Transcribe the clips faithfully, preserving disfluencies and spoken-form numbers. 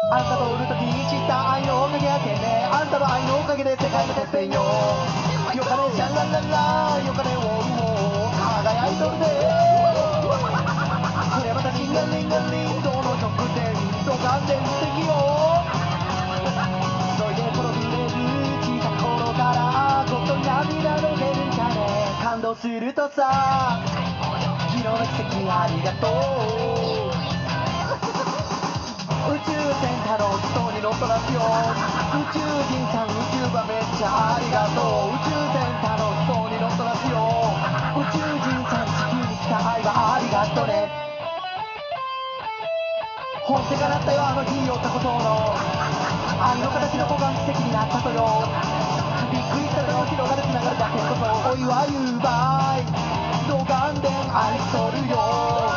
あんたと売るときに知った愛のおかげやけんね。あんたの愛のおかげで世界のてっぺんよ。よかねじゃららら、よかねおうおう輝いとるで。これまたリンガリンガリンどの曲でドカンで素敵よ。それでこの揺れる小さい頃からこっと涙の出るんじゃね。感動するとさ昨日の奇跡ありがとう。宇宙船楽しそうに乗っとらすよ。宇宙人さん宇宙はめっちゃありがとう。宇宙船楽しそうに乗っとらすよ。宇宙人さん地球に来た愛はありがとね。本手が鳴ったよあの日酔ったことの愛の形の子が奇跡になったとよ。びっくりしたの広がるつながるだけこそおいは言うばいドガンで愛しとるよ。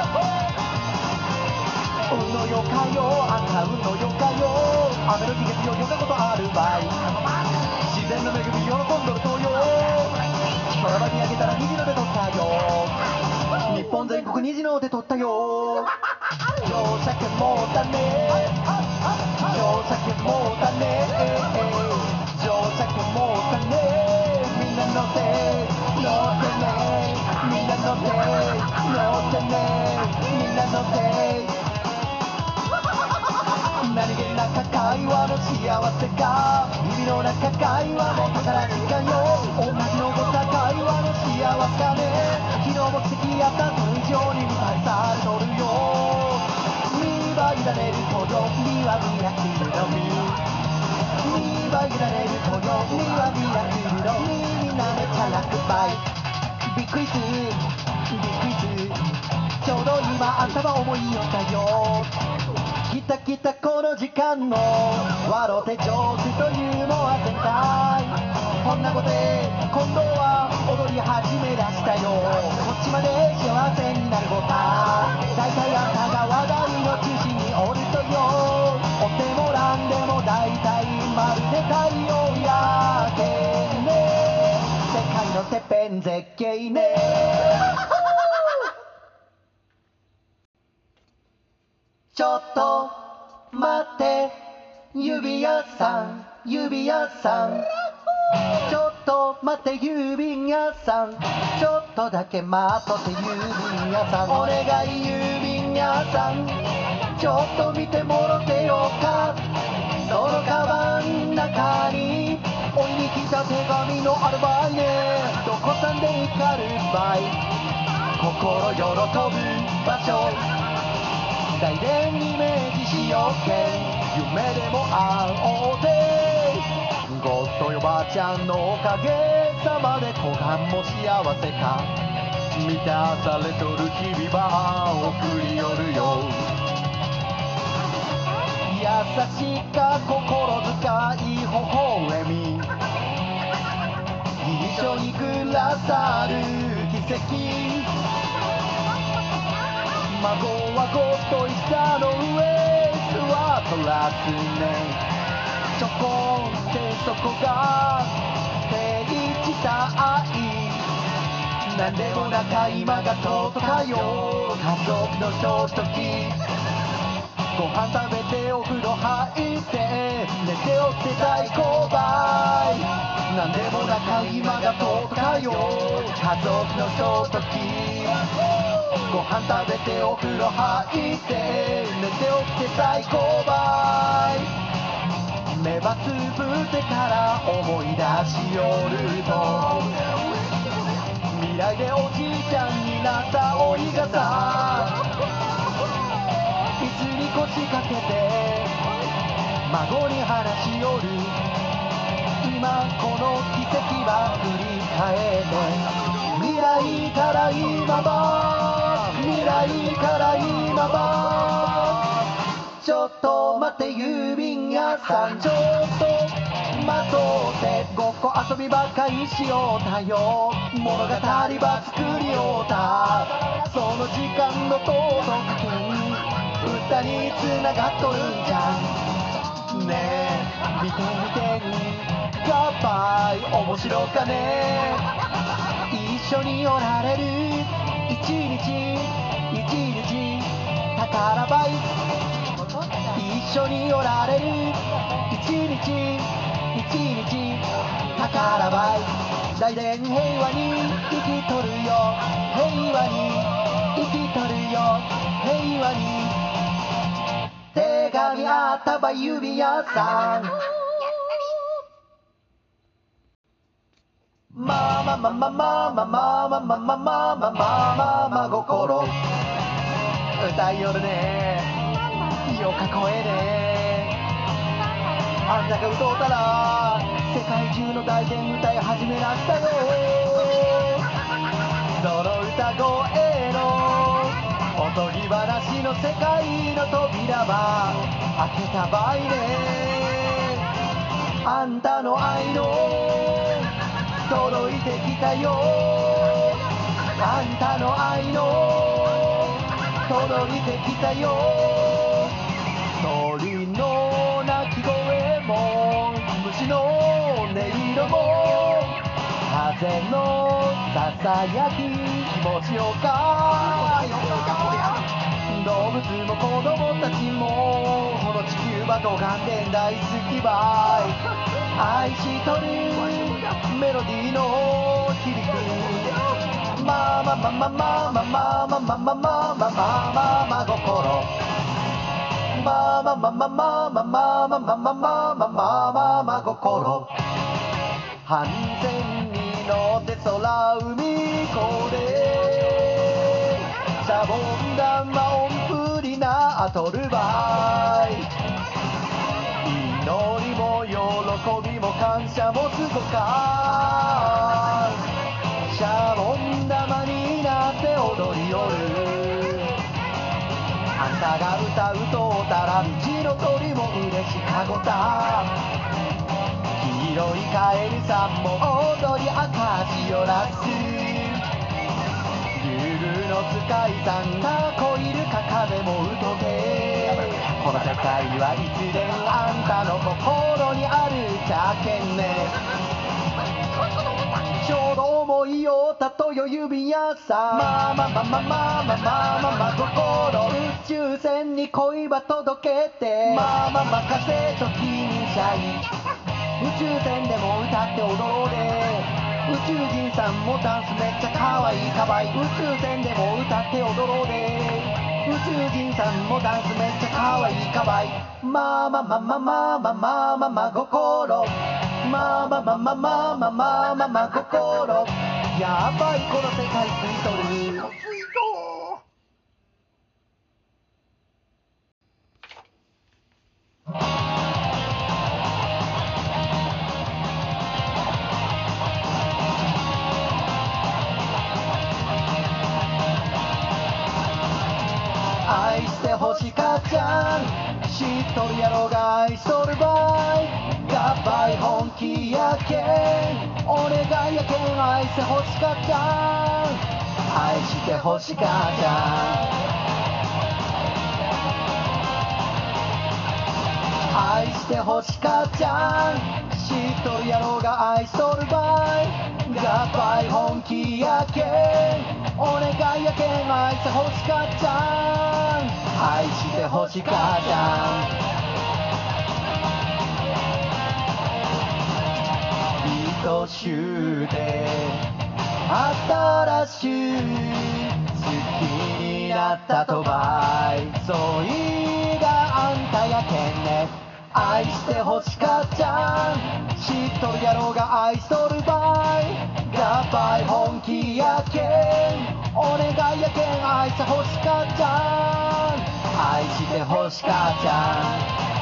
運のよかよあんた運のよかよ。雨の日が強いようなことあるばい。自然の恵み喜んどるとよ。空場見上げたら虹の手取ったよ。日本全国虹の手取ったよ。乗車券もうだね乗車券もうだね乗車券もうだね。みんな乗って乗ってねみんな乗って乗ってねみんな乗って。何気なか会話の幸せか日々の中会話も宝時間よ。同じのこった会話の幸せかね。昨日も奇跡やったそれ以上に見返されとるよ。見は委ねるとよ見はミラクルの見見は委ねるとよ見はミラクルの見みんなめちゃ楽ばい。びっくりすびっくりすちょうど今あんたは思いよったよ。来た来たこの時間の笑ってジョークとユーモア全開。こんなことで今度は踊り始めだしたよ。こっちまで幸せになるボタン大体あんたが話題の中心におるとよ。追ってもらんでも大体まるで太陽やけね。世界のてっぺん絶景ね。ちょっと待って指屋さん指屋さんちょっと待って郵便屋さんちょっとだけ待っとって郵便屋さんお願い郵便屋さんちょっと見てもろてよか。そのカバン中においに来た手紙のあるばいね。どこさんで行かるばい心喜ぶ場所大連にイメージしようけ夢でも会おうぜ。ゴッドよばあちゃんのおかげさまで後半も幸せか満たされとる日々は送りよるよ。優しか心遣い微笑み一緒に暮らさる奇跡。孫はごっと板の上座っとらすね。ちょこんってそこが定した愛なんでも仲今がとうとかよ。家族のひとときご飯食べてお風呂入って寝て起きて最高ばい。なんでも仲今がとうとかよ。家族のひとときご飯食べてお風呂入って寝て起きて最高ばい。目ばつぶってから思い出しよると未来でおじいちゃんになったおいがさ椅子に腰掛けて孫に話しよる。今この奇跡は振り返って未来から今ば未来から今ばちょっと待って郵便屋さんちょっと待とうてごっこ遊びばっかりしようたよ。物語ば作りようたその時間の届く歌に繋がっとるんじゃんねえ見て見て乾杯面白かね。一緒におられる一日一日宝ばい一緒におられる一日一日宝倍大連平和に生きとるよ平和に生きとるよ平和に手紙あったば指輪さんまあまあまあまあまあまあまあまあまあまあまあまあまあまあ心歌いよるねよか声ねあんたが歌うたら世界中の大伝歌い始めらしたよその歌声のおとぎ話の世界の扉は開けたばいねあんたの愛の届いてきたよあんたの愛の届いてきたよ鳥の鳴き声も虫の音色も風のささやき気持ちよか動物も子供たちもこの地球はどがんでん大好きばい愛しとるメロディーの響くまあまあまあまあまあまあまあまあまあまあまあまあまあまあ心まあまあまあまあまあまあまあまあまあまあまあまあまあ心安全に乗って空海こでシャボン玉音符になっとるばい祈りも喜びも感謝もすごかシャボン玉になって踊りよるあんたが歌うとたら道の鳥も嬉しかごた黄色いカエルさんも踊り明かしよらす竜宮の使いさんがコイルか亀もうとてこの世界はいつでもあんたの心にあるじゃけんねちょうど思いよったとよ指輪さまあまあまあまあまあまあまあまあまあ心宇宙船に恋は届けてまあまあ任せと金車に宇宙船でも歌って踊ろうで宇宙人さんもダンスめっちゃかわいいかわいい宇宙船でも歌って踊ろうで宇宙人さんもダンスめっちゃかわいいかわいいまあまあまあまあまあまあまあまあまあ心まあまあまあまあまあまあまあまあまあ心やばいこの世界ついとる愛してほしかっちゃん知っとるやろが愛しとるばいやっぱり本気やけんお願いやけん愛してほしかっちゃん愛してほしかっちゃん愛してほしかっちゃん知っとるやろが愛しとるばいやっぱり本気やけんお願いやけん愛してほしかっちゃん愛してほしかっちゃん愛しゅうて新しゅう好きになったとばいそいがあんたやけんね愛してほしかっちゃん知っとるやろが愛しとるばいやっぱり本気やけんお願いやけん愛してほしかっちゃん愛してほしかっちゃん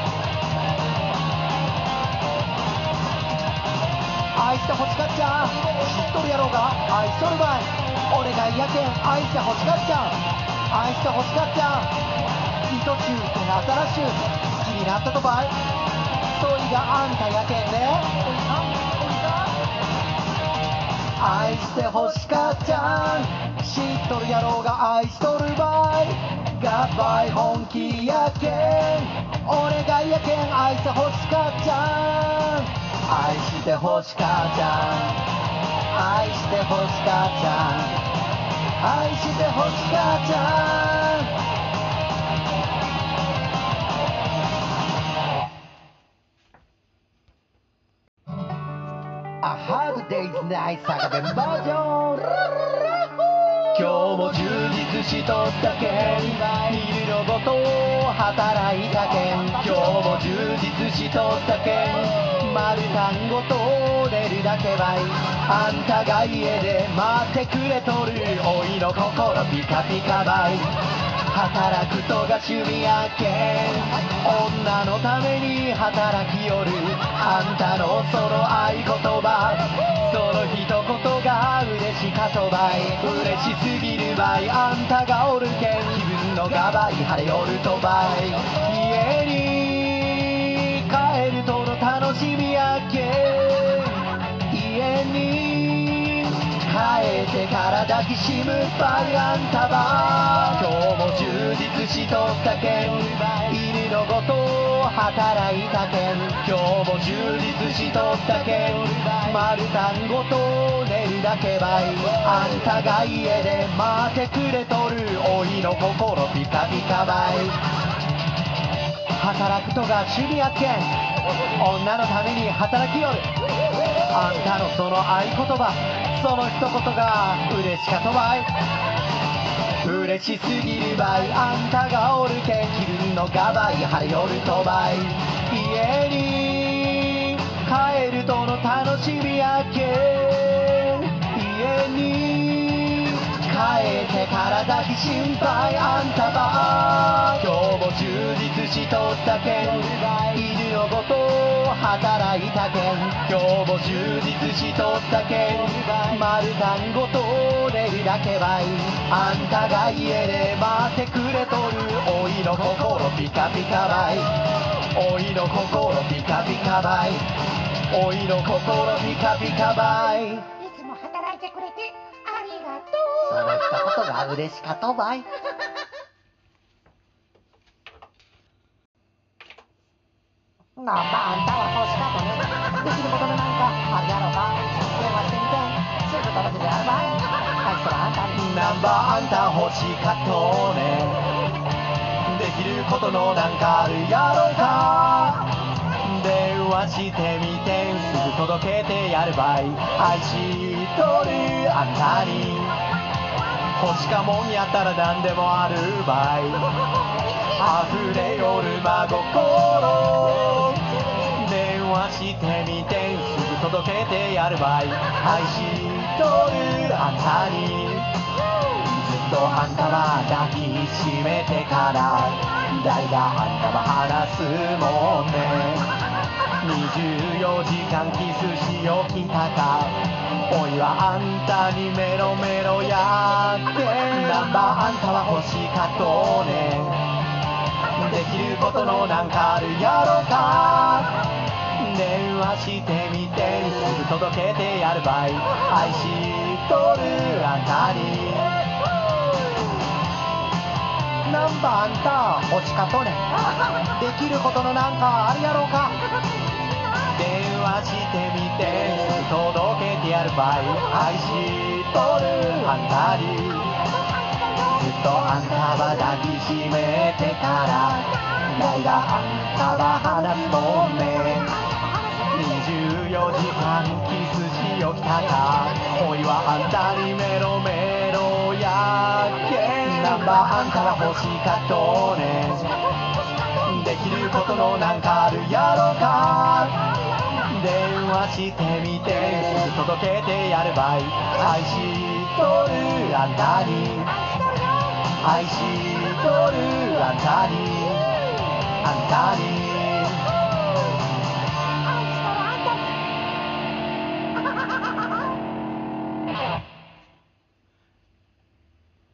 愛してほしかっちゃん知っとるやろが愛しとるばいお願いやけん愛してほしかっちゃん愛してほしかっちゃん糸中って新しゅう好きになったとばいそいがあんたやけんね愛してほしかっちゃん知っとるやろが愛しとるばいやっぱり本気やけんお願いやけん愛してほしかっちゃん愛してほしかっちゃん愛してほしかっちゃん愛してほしかっちゃんはハードデイズナイス坂弁バージョン。今日も充実しとったけん、昼のごと働いたけん。今日も充実しとったけん、丸単語と出るだけばい。あんたが家で待ってくれとる、おいの心ピカピカばい。働くとが趣味やけん、女のために働きよる。あんたのその合言葉、その一言が嬉しかとばい。嬉しすぎるばい、あんたがおるけん、気分のがばい晴れよるとばい。家に帰るとの楽しみやけん、家に帰ってから抱きしむばい。あんたば今日も充実しとったけん、犬のごと働いたけん。今日も充実しとったけん、丸単語と寝るだけばい。あんたが家で待ってくれとる、おいの心ピカピカばい。働くとが趣味やけん、女のために働きよる。あんたのその合言葉、その一言が嬉しかとばい。嬉しすぎるばい、あんたがおるけん、気分のがばい晴れよるとばい。家に帰るとの楽しみやけん、家に帰ってから抱き心配。あんたば今日も充実しとったけん、犬のごと働いたけん。今日も充実しとったけん、丸単語と寝るだけばい。あんたが家で待ってくれとる、おいの心ピカピカばい。おいの心ピカピカばい。おいの心ピカピカばい。 いつも働いてくれてありがとう。 その一言が嬉しかとばい。 なんだあんたは欲しかったね。できることのなんかあるやろうか。電話してみてすぐ届けてやるばい。あいつらあんたにナンバーあんた欲しかとね。できることのなんかあるやろうか。電話してみてすぐ届けてやるばい。愛しとるあんたに欲しかもんやったら何でもあるばい。溢れよる真心、電話してみてすぐ届けてやるばい。愛しとるあんたにずっとあんたは抱きしめてから、誰があんたは話すもんね。にじゅうよじかんキスしよきたか、おいはあんたにメロメロやってナンバーあんたは欲しかとね。できることのなんかあるやろか。電話してみてすぐ届けてやるばい。愛しとるあんたにナンバーあんた欲しかとね。できることのなんかあるやろうか。電話してみてすぐ届けてやるばい。愛しとるあんたにずっとあんたは抱きしめてから、誰があんたは話すもんね。にじゅうよじかんキスしよきたか、おいはあんたにメロメロやけん。ナンバーあんたは欲しかとね。できることのなんかあるやろか。電話してみてすぐ届けてやるばい。愛しとるあんたに愛しとるあんたにあんたに